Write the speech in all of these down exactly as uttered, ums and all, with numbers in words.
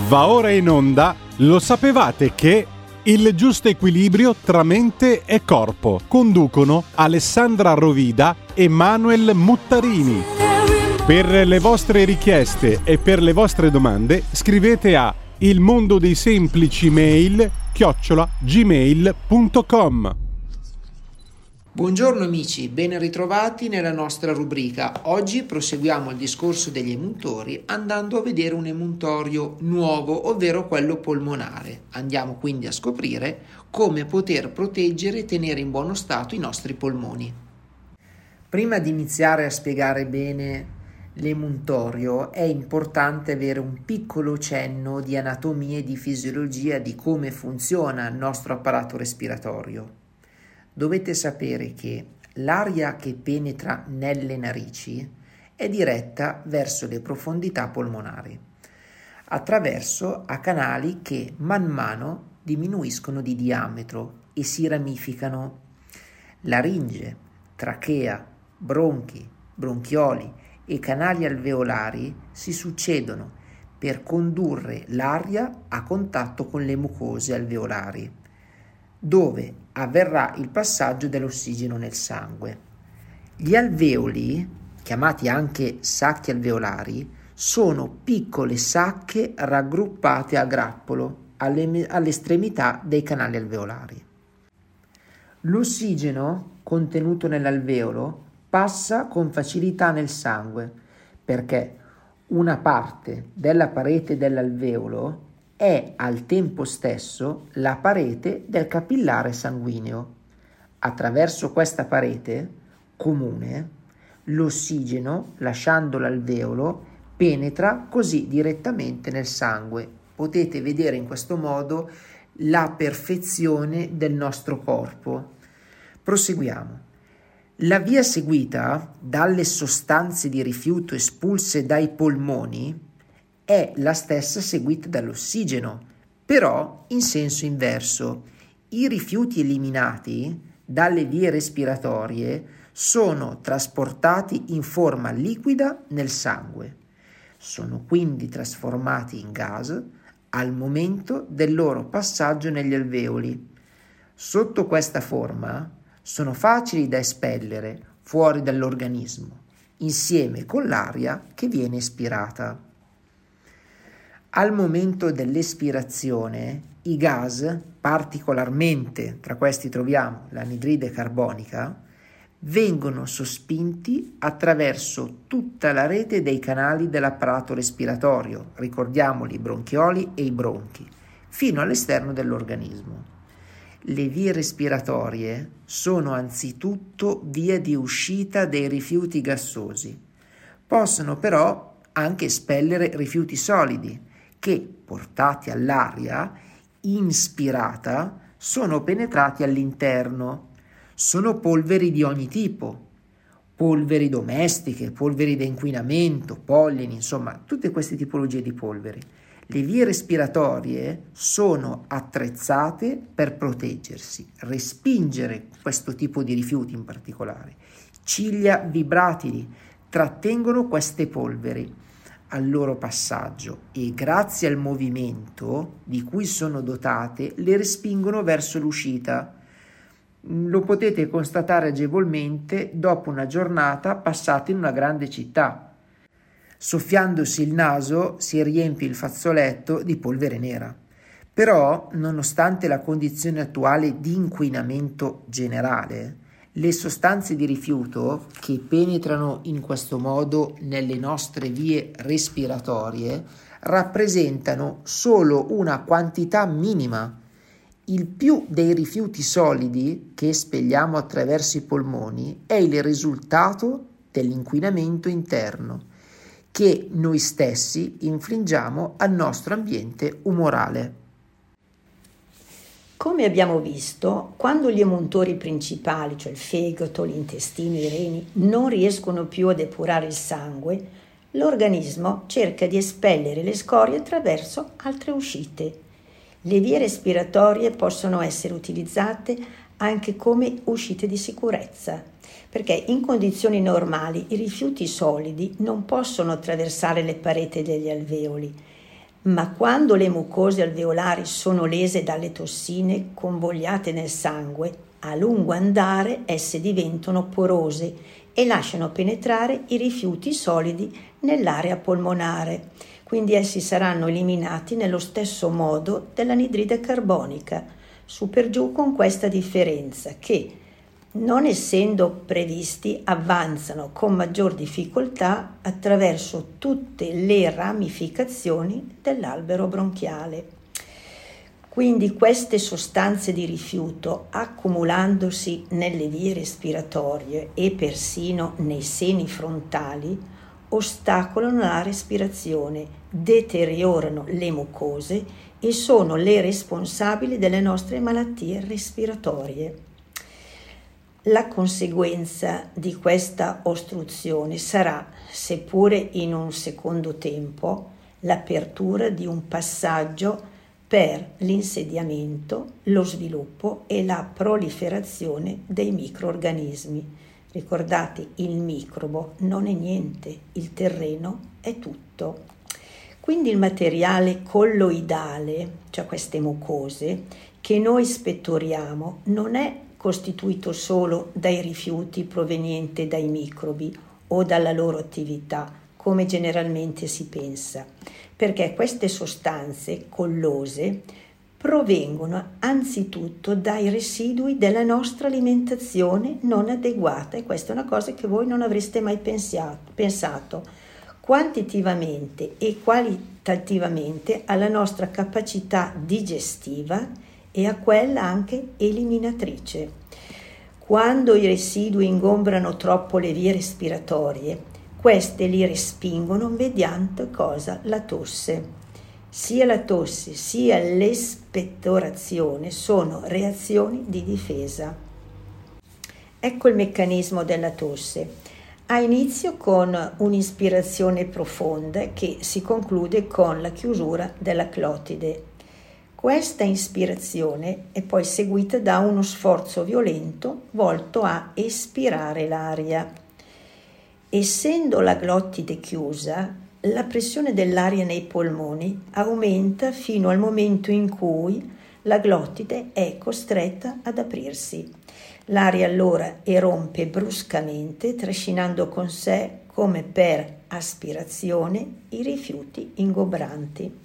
Va ora in onda, lo sapevate che il giusto equilibrio tra mente e corpo conducono Alessandra Rovida e Manuel Muttarini. Per le vostre richieste e per le vostre domande scrivete a il mondo dei semplici mail chiocciola gmail punto com. Buongiorno amici, ben ritrovati nella nostra rubrica. Oggi proseguiamo il discorso degli emuntori andando a vedere un emuntorio nuovo, ovvero quello polmonare. Andiamo quindi a scoprire come poter proteggere e tenere in buono stato i nostri polmoni. Prima di iniziare a spiegare bene l'emuntorio è importante avere un piccolo cenno di anatomia e di fisiologia di come funziona il nostro apparato respiratorio. Dovete sapere che l'aria che penetra nelle narici è diretta verso le profondità polmonari, attraverso a canali che man mano diminuiscono di diametro e si ramificano. Laringe, trachea, bronchi, bronchioli e canali alveolari si succedono per condurre l'aria a contatto con le mucose alveolari, dove avverrà il passaggio dell'ossigeno nel sangue. Gli alveoli, chiamati anche sacche alveolari, sono piccole sacche raggruppate a grappolo alle, all'estremità dei canali alveolari. L'ossigeno contenuto nell'alveolo passa con facilità nel sangue perché una parte della parete dell'alveolo è al tempo stesso la parete del capillare sanguigno. Attraverso questa parete comune, l'ossigeno, lasciando l'alveolo, penetra così direttamente nel sangue. Potete vedere in questo modo la perfezione del nostro corpo. Proseguiamo. La via seguita dalle sostanze di rifiuto espulse dai polmoni è la stessa seguita dall'ossigeno, però in senso inverso. I rifiuti eliminati dalle vie respiratorie sono trasportati in forma liquida nel sangue. Sono quindi trasformati in gas al momento del loro passaggio negli alveoli. Sotto questa forma sono facili da espellere fuori dall'organismo, insieme con l'aria che viene espirata. Al momento dell'espirazione, i gas, particolarmente tra questi troviamo l'anidride carbonica, vengono sospinti attraverso tutta la rete dei canali dell'apparato respiratorio, ricordiamoli i bronchioli e i bronchi, fino all'esterno dell'organismo. Le vie respiratorie sono anzitutto vie di uscita dei rifiuti gassosi. Possono però anche espellere rifiuti solidi, che, portati all'aria, inspirata, sono penetrati all'interno. Sono polveri di ogni tipo, polveri domestiche, polveri da inquinamento, pollini, insomma, tutte queste tipologie di polveri. Le vie respiratorie sono attrezzate per proteggersi, respingere questo tipo di rifiuti in particolare. Ciglia vibratili trattengono queste polveri al loro passaggio e grazie al movimento di cui sono dotate le respingono verso l'uscita. Lo potete constatare agevolmente dopo una giornata passata in una grande città. Soffiandosi il naso si riempie il fazzoletto di polvere nera. Però, nonostante la condizione attuale di inquinamento generale, le sostanze di rifiuto che penetrano in questo modo nelle nostre vie respiratorie rappresentano solo una quantità minima. Il più dei rifiuti solidi che espelliamo attraverso i polmoni è il risultato dell'inquinamento interno che noi stessi infliggiamo al nostro ambiente umorale. Come abbiamo visto, quando gli emuntori principali, cioè il fegato, l'intestino, i reni, non riescono più a depurare il sangue, l'organismo cerca di espellere le scorie attraverso altre uscite. Le vie respiratorie possono essere utilizzate anche come uscite di sicurezza, perché in condizioni normali i rifiuti solidi non possono attraversare le pareti degli alveoli, Ma quando le mucose alveolari sono lese dalle tossine convogliate nel sangue, a lungo andare esse diventano porose e lasciano penetrare i rifiuti solidi nell'area polmonare. Quindi essi saranno eliminati nello stesso modo dell'anidride carbonica, su per giù, con questa differenza che, non essendo previsti, avanzano con maggior difficoltà attraverso tutte le ramificazioni dell'albero bronchiale. Quindi queste sostanze di rifiuto, accumulandosi nelle vie respiratorie e persino nei seni frontali, ostacolano la respirazione, deteriorano le mucose e sono le responsabili delle nostre malattie respiratorie. La conseguenza di questa ostruzione sarà, seppure in un secondo tempo, l'apertura di un passaggio per l'insediamento, lo sviluppo e la proliferazione dei microorganismi. Ricordate, il microbo non è niente, il terreno è tutto. Quindi il materiale colloidale, cioè queste mucose, che noi spettoriamo, non è costituito solo dai rifiuti provenienti dai microbi o dalla loro attività, come generalmente si pensa, perché queste sostanze collose provengono anzitutto dai residui della nostra alimentazione non adeguata, e questa è una cosa che voi non avreste mai pensato, pensato quantitativamente e qualitativamente alla nostra capacità digestiva e a quella anche eliminatrice. Quando i residui ingombrano troppo le vie respiratorie, queste li respingono mediante cosa? La tosse. Sia la tosse sia l'espettorazione sono reazioni di difesa. Ecco il meccanismo della tosse. Ha inizio con un'ispirazione profonda che si conclude con la chiusura della clotide. Questa ispirazione è poi seguita da uno sforzo violento volto a espirare l'aria. Essendo la glottide chiusa, la pressione dell'aria nei polmoni aumenta fino al momento in cui la glottide è costretta ad aprirsi. L'aria allora erompe bruscamente, trascinando con sé, come per aspirazione, i rifiuti ingobranti.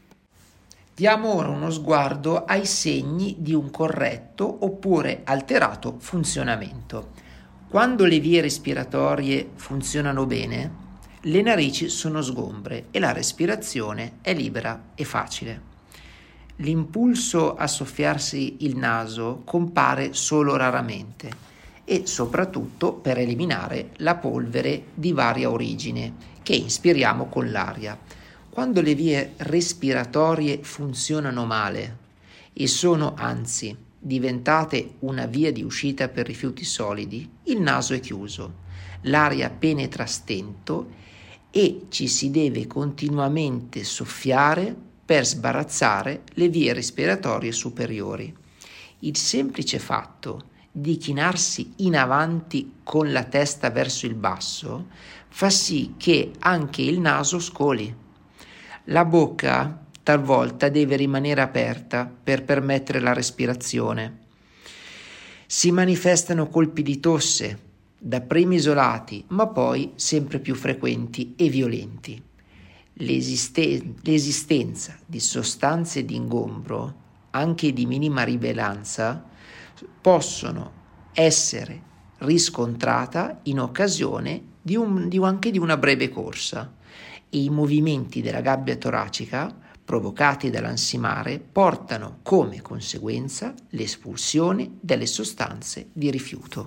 Diamo ora uno sguardo ai segni di un corretto oppure alterato funzionamento. Quando le vie respiratorie funzionano bene, le narici sono sgombre e la respirazione è libera e facile. L'impulso a soffiarsi il naso compare solo raramente e soprattutto per eliminare la polvere di varia origine che inspiriamo con l'aria. Quando le vie respiratorie funzionano male e sono anzi diventate una via di uscita per rifiuti solidi, il naso è chiuso, l'aria penetra a stento e ci si deve continuamente soffiare per sbarazzare le vie respiratorie superiori. Il semplice fatto di chinarsi in avanti con la testa verso il basso fa sì che anche il naso scoli. La bocca talvolta deve rimanere aperta per permettere la respirazione. Si manifestano colpi di tosse, dapprima isolati, ma poi sempre più frequenti e violenti. L'esisten- l'esistenza di sostanze di ingombro, anche di minima rilevanza, possono essere riscontrata in occasione di un, di, anche di una breve corsa. E i movimenti della gabbia toracica provocati dall'ansimare portano come conseguenza l'espulsione delle sostanze di rifiuto.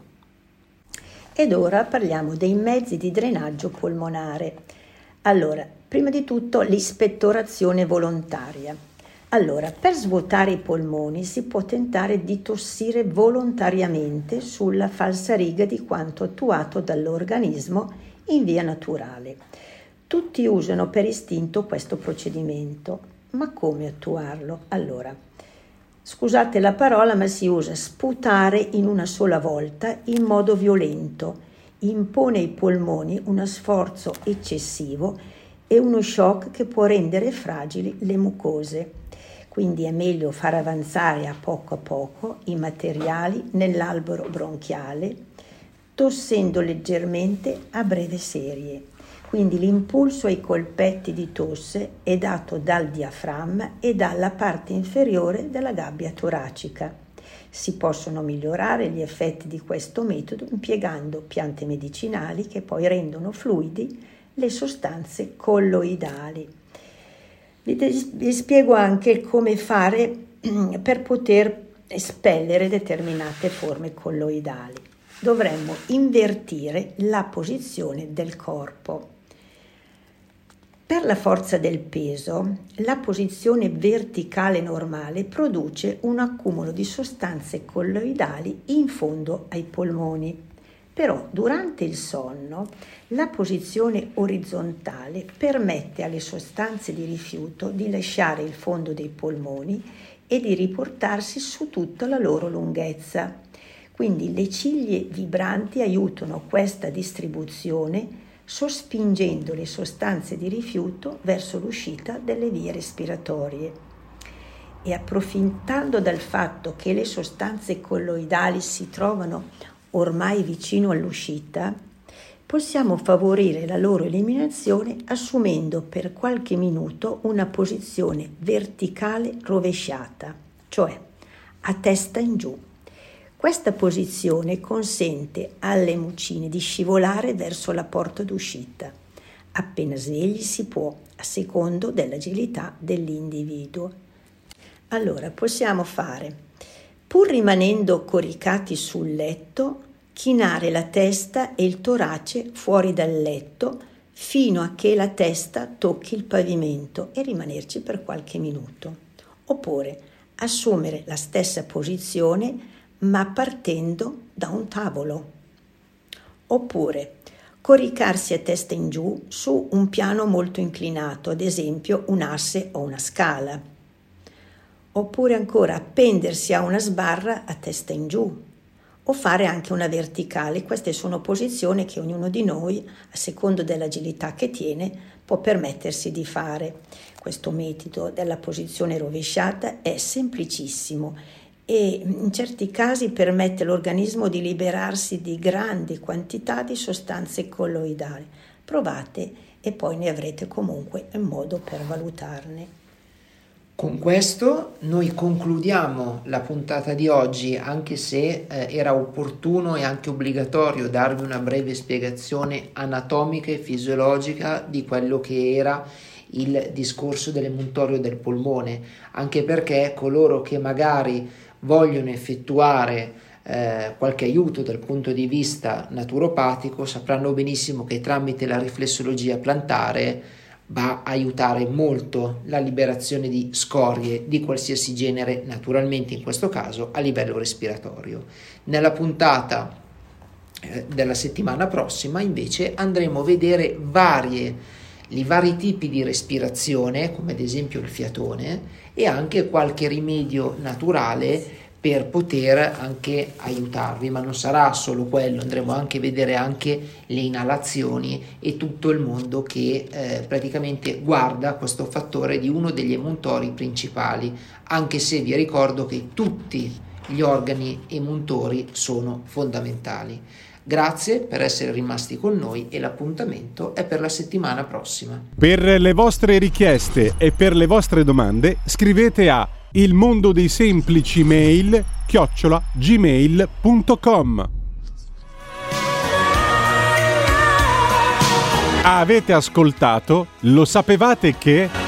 Ed ora parliamo dei mezzi di drenaggio polmonare. Allora, prima di tutto l'ispettorazione volontaria. Allora, per svuotare i polmoni si può tentare di tossire volontariamente sulla falsariga di quanto attuato dall'organismo in via naturale. Tutti usano per istinto questo procedimento, ma come attuarlo? Allora, scusate la parola, ma si usa sputare in una sola volta in modo violento, impone ai polmoni uno sforzo eccessivo e uno shock che può rendere fragili le mucose. Quindi è meglio far avanzare a poco a poco i materiali nell'albero bronchiale, tossendo leggermente a breve serie. Quindi l'impulso ai colpetti di tosse è dato dal diaframma e dalla parte inferiore della gabbia toracica. Si possono migliorare gli effetti di questo metodo impiegando piante medicinali che poi rendono fluidi le sostanze colloidali. Vi, vi spiego anche come fare per poter espellere determinate forme colloidali. Dovremmo invertire la posizione del corpo. Per la forza del peso, la posizione verticale normale produce un accumulo di sostanze colloidali in fondo ai polmoni. Però durante il sonno la posizione orizzontale permette alle sostanze di rifiuto di lasciare il fondo dei polmoni e di riportarsi su tutta la loro lunghezza. Quindi le ciglia vibranti aiutano questa distribuzione sospingendo le sostanze di rifiuto verso l'uscita delle vie respiratorie. E approfittando del fatto che le sostanze colloidali si trovano ormai vicino all'uscita, possiamo favorire la loro eliminazione assumendo per qualche minuto una posizione verticale rovesciata, cioè a testa in giù. Questa posizione consente alle mucine di scivolare verso la porta d'uscita. Appena svegli si può, a secondo dell'agilità dell'individuo. Allora possiamo fare, pur rimanendo coricati sul letto, chinare la testa e il torace fuori dal letto fino a che la testa tocchi il pavimento e rimanerci per qualche minuto. Oppure assumere la stessa posizione ma partendo da un tavolo. Oppure coricarsi a testa in giù su un piano molto inclinato, ad esempio un asse o una scala. Oppure ancora appendersi a una sbarra a testa in giù o fare anche una verticale. Queste sono posizioni che ognuno di noi, a secondo dell'agilità che tiene, può permettersi di fare. Questo metodo della posizione rovesciata è semplicissimo e in certi casi permette all'organismo di liberarsi di grandi quantità di sostanze colloidali. Provate e poi ne avrete comunque un modo per valutarne. Con questo noi concludiamo la puntata di oggi, anche se eh, era opportuno e anche obbligatorio darvi una breve spiegazione anatomica e fisiologica di quello che era il discorso dell'emuntorio del polmone, anche perché coloro che magari vogliono effettuare eh, qualche aiuto dal punto di vista naturopatico sapranno benissimo che tramite la riflessologia plantare va a aiutare molto la liberazione di scorie di qualsiasi genere, naturalmente in questo caso a livello respiratorio. Nella puntata eh, della settimana prossima invece andremo a vedere varie, i vari tipi di respirazione, come ad esempio il fiatone, e anche qualche rimedio naturale per poter anche aiutarvi, ma non sarà solo quello, andremo anche a vedere anche le inalazioni e tutto il mondo che eh, praticamente guarda questo fattore di uno degli emuntori principali, anche se vi ricordo che tutti gli organi emuntori sono fondamentali. Grazie per essere rimasti con noi e l'appuntamento è per la settimana prossima. Per le vostre richieste e per le vostre domande scrivete a il mondo dei semplici mail chiocciola gmail punto com. Avete ascoltato? Lo sapevate che...